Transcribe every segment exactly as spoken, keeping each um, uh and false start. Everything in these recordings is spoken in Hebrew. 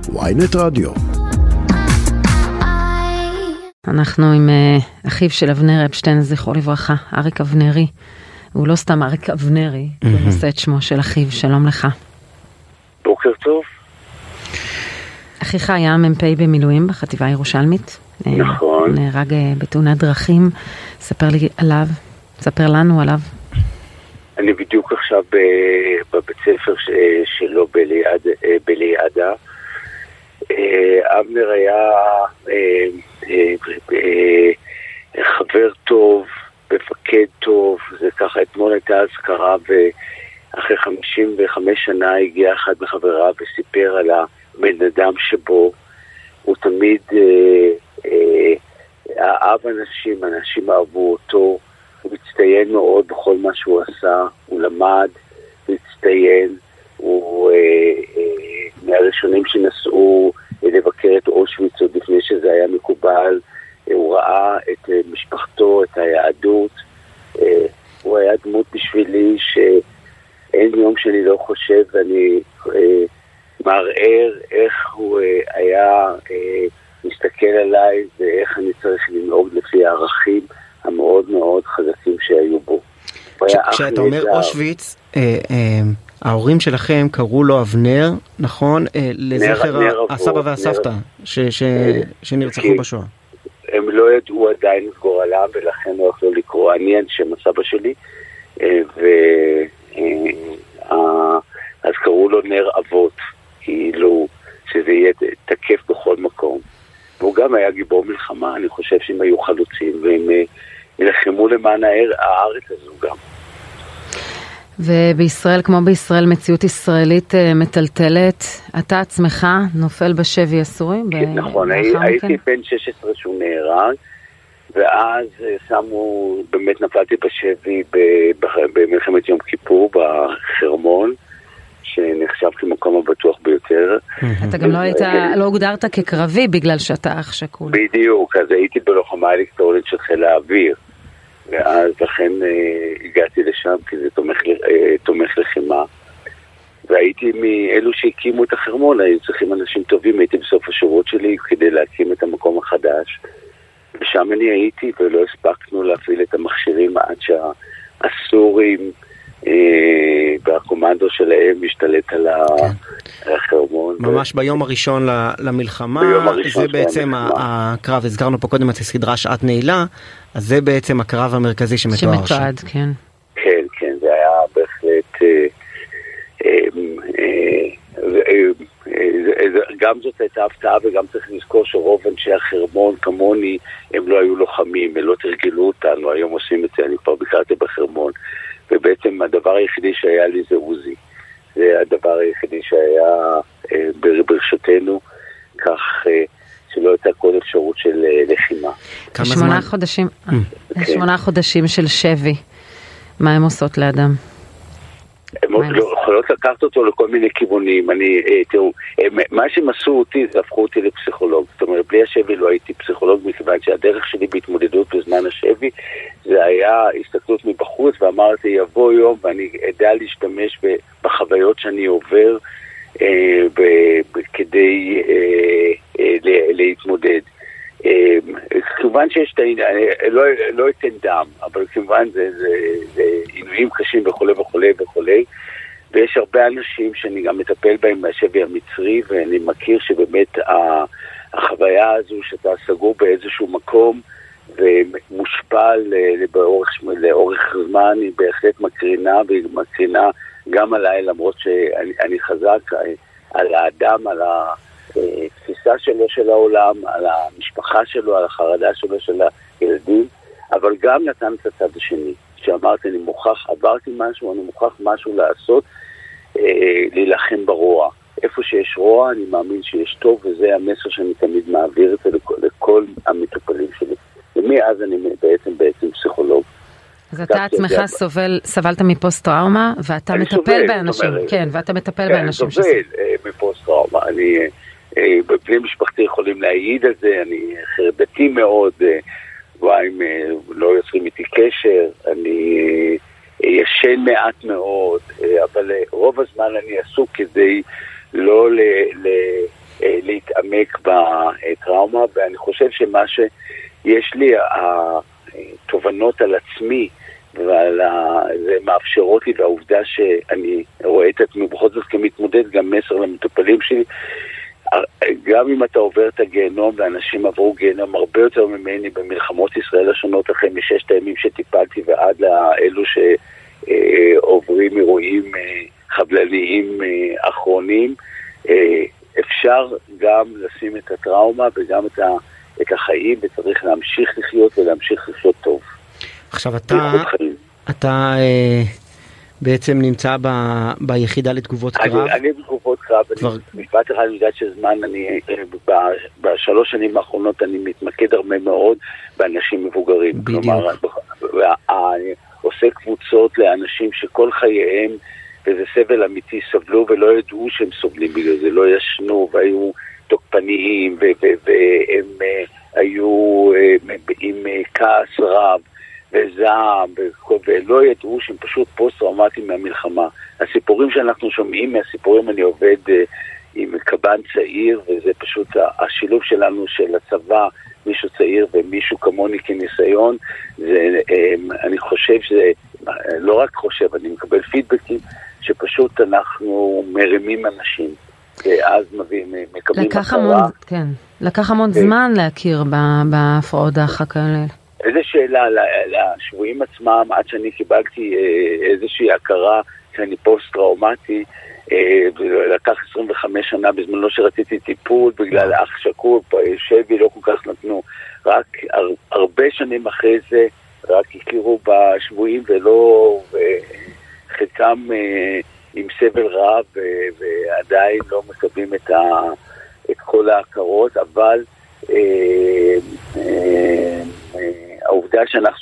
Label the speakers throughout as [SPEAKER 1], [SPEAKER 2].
[SPEAKER 1] וויינט רדיו.
[SPEAKER 2] אנחנו עם uh, אחיו של אבנר אפשטיין, זכרו לברכה, אריק אבנרי. הוא לא סתם אריק אבנרי, הוא נושא את שמו של אחיו. שלום לך.
[SPEAKER 3] בוקר טוב.
[SPEAKER 2] אחיך היה מ"פ במילואים בחטיבה הירושלמית.
[SPEAKER 3] נכון.
[SPEAKER 2] נהרג בתאונת דרכים. ספר לי עליו, ספר לנו עליו.
[SPEAKER 3] אני בדיוק עכשיו בבית ספר שלו בליעדה. אבנר היה חבר טוב, מפקד טוב, זה ככה, אתמול הייתה הזכרה ואחרי חמישים וחמש שנה הגיע אחד מחבריו וסיפר על הבן אדם שבו הוא תמיד אהב אנשים, אנשים אהבו אותו, הוא הצטיין מאוד בכל מה שהוא עשה, הוא למד, הוא הצטיין, הוא מהראשונים שנסעו לבקר את אושוויץ עוד לפני שזה היה מקובל, הוא ראה את משפחתו, את היהדות, הוא היה דמות בשבילי שאין יום שאני לא חושב ואני מערער איך הוא היה מסתכל עליי ואיך אני צריך לנהוג לפי הערכים המאוד מאוד חזקים שהיו בו.
[SPEAKER 4] כשאתה אומר אושוויץ, ההורים שלכם קראו לו אבנר, נכון? לזכר הסבא והסבתא שנרצחו בשואה.
[SPEAKER 3] הם לא ידעו עדיין את גורלם ולכן לא יכלו לקרוא. אני שם הסבא שלי, אז קראו לו נר אבות, כאילו שזה יהיה תקף בכל מקום. והוא גם היה גיבור מלחמה, אני חושב שהם היו חלוצים והם נלחמו למען הארץ הזו גם.
[SPEAKER 2] ובישראל, כמו בישראל, מציאות ישראלית מטלטלת. אתה עצמך נופל בשבי הסורי?
[SPEAKER 3] נכון, הייתי בן שש עשרה שהוא נהרג, ואז שמו, באמת נפלתי בשבי במלחמת יום כיפור בחרמון, שנחשב כמקום הבטוח ביותר.
[SPEAKER 2] אתה גם לא היית, לא הוגדרת כקרבי בגלל שאתה אח שכול.
[SPEAKER 3] בדיוק, אז הייתי בלוחמה אלקטרונית של חיל האוויר. ואז לכן אה, הגעתי לשם כי זה תומך, אה, תומך לחימה והייתי מאלו שהקימו את החרמון, היו צריכים אנשים טובים, הייתי בסוף השירות שלי כדי להקים את המקום החדש ושם אני הייתי ולא הספקנו להפעיל את המכשירים עד שהסורים אה, והקומנדו שלהם משתלט על החרמון.
[SPEAKER 4] ממש ביום הראשון למלחמה, זה בעצם הקרב, הזכרנו פה קודם את הסדרה שעת נעילה, אז זה בעצם הקרב המרכזי שמתואר שם.
[SPEAKER 2] שמתועד, כן.
[SPEAKER 3] כן, כן, זה היה בהחלט, גם זאת הייתה הפתעה וגם צריך לזכור שרוב אנשי החרמון כמוני, הם לא היו לוחמים, הם לא תרגלו אותנו, היום עושים את זה, אני כבר ביקרתי בחרמון, ובעצם הדבר היחידי שהיה לי זה עוזי. זה הדבר היחידי שהיה ברשותנו, כך שלא הייתה כל אפשרות של לחימה.
[SPEAKER 2] שמונה חודשים, שמונה חודשים של שבי, מה הם עושות לאדם?
[SPEAKER 3] הן יכולות לקחת אותו לכל מיני כיוונים. אני, תראו, מה שהם עשו אותי, זה הפכו אותי לפסיכולוג. זאת אומרת, בלי השבי לא הייתי פסיכולוג, מכיוון שהדרך שלי בהתמודדות בזמן השבי, זה היה הסתכלות מבחוץ, ואמרתי, יבוא יום ואני אדע להשתמש בחוויות שאני עובר, כדי להתמודד. כמובן שיש את העניין, לא אתן דם, אבל כמובן זה עינויים קשים וכו' וכו' וכו', ויש הרבה אנשים שאני גם מטפל בהם מהשבי המצרי, ואני מכיר שבאמת החוויה הזו שאתה סגור באיזשהו מקום ומושפע לאורך זמן, היא בהחלט מקרינה, והיא מקרינה גם עליי, למרות שאני חזק על האדם, על התפיסה שלו של העולם, על המשפחה שלו, על החרדה שלו של הילדים, אבל גם נתן את הצד השני, שאמרתי, אני מוכרח, עברתי משהו, אני מוכרח משהו לעשות, אה, להילחם ברוע. איפה שיש רוע, אני מאמין שיש טוב, וזה המסר שאני תמיד מעביר את זה לכל, לכל המטופלים שלי. ומאז אני בעצם, בעצם פסיכולוג.
[SPEAKER 2] אז אתה עצמך סובל, סבלת מפוסט-טראומה, ואתה מטפל באנשים, כן, ואתה מטפל באנשים
[SPEAKER 3] שסובל. אני סובל מפוסט-טראומה, אני, בני משפחתי יכולים להעיד על זה, אני חרדתי מאוד, שבועיים לא יוצרים איתי קשר, אני ישן מעט מאוד, אבל רוב הזמן אני עסוק כדי לא ל, ל, להתעמק בטראומה, ואני חושב שמה שיש לי, התובנות על עצמי, וזה מאפשרות לי, והעובדה שאני רואה את עצמי בכל זאת כמתמודד, גם מסר למטופלים שלי, גם אם אתה עובר את הגיהנום, ואנשים עברו גיהנום הרבה יותר ממני במלחמות ישראל השונות, אחרי מששת הימים שטיפלתי ועד לאלו שעוברים אירועים חבלניים אחרונים, אפשר גם לשים את הטראומה וגם את החיים, וצריך להמשיך לחיות ולהמשיך לחיות טוב.
[SPEAKER 4] עכשיו אתה, אתה אה, בעצם נמצא ב, ביחידה לתגובות
[SPEAKER 3] אני,
[SPEAKER 4] קרב?
[SPEAKER 3] אני בתגובות קרב, כבר... אני, משפט אחד, אני יודעת שזמן, אני, ב, בשלוש שנים האחרונות אני מתמקד הרבה מאוד באנשים מבוגרים.
[SPEAKER 4] בדיוק.
[SPEAKER 3] כלומר, אני עושה קבוצות לאנשים שכל חייהם, וזה סבל אמיתי, סבלו ולא ידעו שהם סובלים בגלל זה, לא ישנו והיו תוקפניים, והם היו עם כעס רב, וזעם, ולא ידעו שהם פשוט פוסט-טראומטיים מהמלחמה. הסיפורים שאנחנו שומעים מהסיפורים, אני עובד עם קב"ן צעיר, וזה פשוט השילוב שלנו של הצבא, מישהו צעיר ומישהו כמוני כניסיון, זה, אני חושב שזה, לא רק חושב, אני מקבל פידבקים, שפשוט אנחנו מרימים אנשים, ואז מביאים, מקבלים
[SPEAKER 2] לקח המון, כן, לקח המון זמן להכיר בהפרעות דחק האלה.
[SPEAKER 3] איזו שאלה לשבועים עצמם, עד שאני קיבלתי איזושהי הכרה שאני פוסט-טראומטי, ולקח עשרים וחמש שנה בזמנו שרציתי טיפול, בגלל אח שקור, שבי לא כל כך נתנו. רק הרבה שנים אחרי זה, רק הכירו בשבועים ולא, וחלקם עם סבל רב, ועדיין לא מקבלים את, ה, את כל ההכרות, אבל העובדה שאנחנו,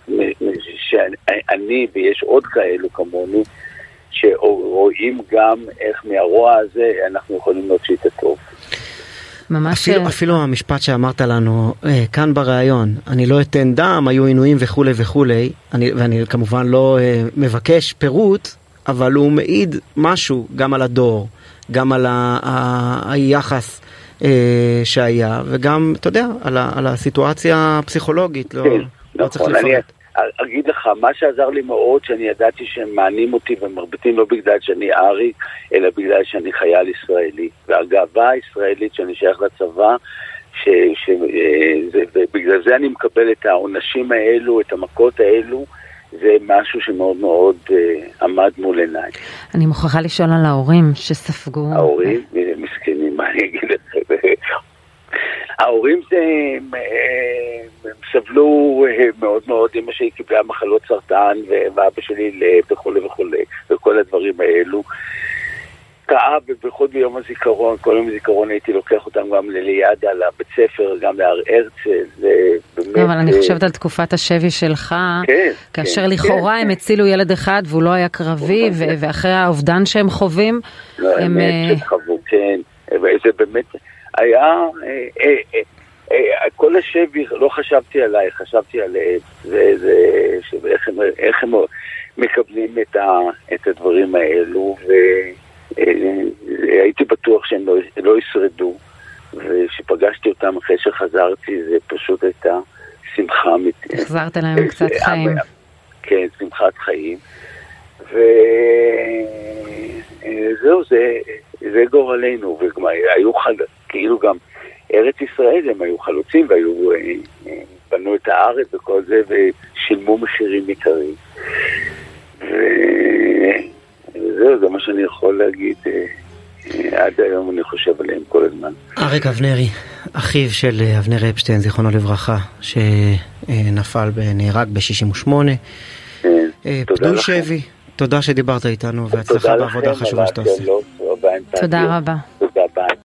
[SPEAKER 3] שאני ויש עוד כאלו כמוני, שרואים גם איך מהרוע הזה אנחנו יכולים להוציא את הטוב.
[SPEAKER 2] ממש...
[SPEAKER 4] אפילו, אפילו המשפט שאמרת לנו אה, כאן בראיון, אני לא אתן דם, היו עינויים וכו' וכו', אני, ואני כמובן לא אה, מבקש פירוט, אבל הוא מעיד משהו גם על הדור, גם על ה, ה, היחס אה, שהיה, וגם, אתה יודע, על, ה, על הסיטואציה הפסיכולוגית, לא,
[SPEAKER 3] כן,
[SPEAKER 4] לא צריך
[SPEAKER 3] נכון,
[SPEAKER 4] לפרט.
[SPEAKER 3] אני אגיד לך, מה שעזר לי מאוד, שאני ידעתי שהם מענים אותי ומרביטים לא בגלל שאני אריק, אלא בגלל שאני חייל ישראלי. והגאווה הישראלית שאני שייך לצבא, ש, ש, זה, ובגלל זה אני מקבל את העונשים האלו, את המכות האלו, זה משהו שמאוד מאוד uh, עמד מול עיניי.
[SPEAKER 2] אני מוכרחה לשאול על ההורים שספגו.
[SPEAKER 3] ההורים, מסכנים, מה אני אגיד לכם? ההורים זה, הם, הם סבלו מאוד מאוד, אמא שלי קיבלה מחלות סרטן, ואבא שלי וכו' וכו', וכל הדברים האלו. כאב, ובכל ביום הזיכרון, כל יום הזיכרון הייתי לוקח אותם גם ללידע, לבית ספר, גם להר הרצל.
[SPEAKER 2] אבל אני חושבת על תקופת השבי שלך, כאשר לכאורה הם הצילו ילד אחד והוא לא היה קרבי, ואחרי האובדן שהם חווים,
[SPEAKER 3] הם... חוו, כן, וזה באמת היה... כל השבי, לא חשבתי עליי, חשבתי עליהם, ואיך הם מקבלים את הדברים האלו, ו... הייתי בטוח שהם לא, לא ישרדו, ושפגשתי אותם אחרי שחזרתי, זה פשוט הייתה שמחה אמיתית.
[SPEAKER 2] החזרת להם קצת חיים.
[SPEAKER 3] כן, שמחת חיים. וזהו, זה, זה גורלנו, והיו חל... כאילו גם ארץ ישראל, הם היו חלוצים, והיו בנו את הארץ וכל זה, ושילמו מחירים יקרים. ו... זהו, זה מה שאני יכול להגיד, עד היום אני חושב עליהם כל הזמן.
[SPEAKER 4] אריק אבנרי, אחיו של אבנר אפשטיין, זיכרונו לברכה, שנפל ונהרג ב-שישים ושמונה. פדוי שבי, תודה שדיברת איתנו, והצלחה בעבודה החשובה שאתה עושה.
[SPEAKER 2] תודה רבה.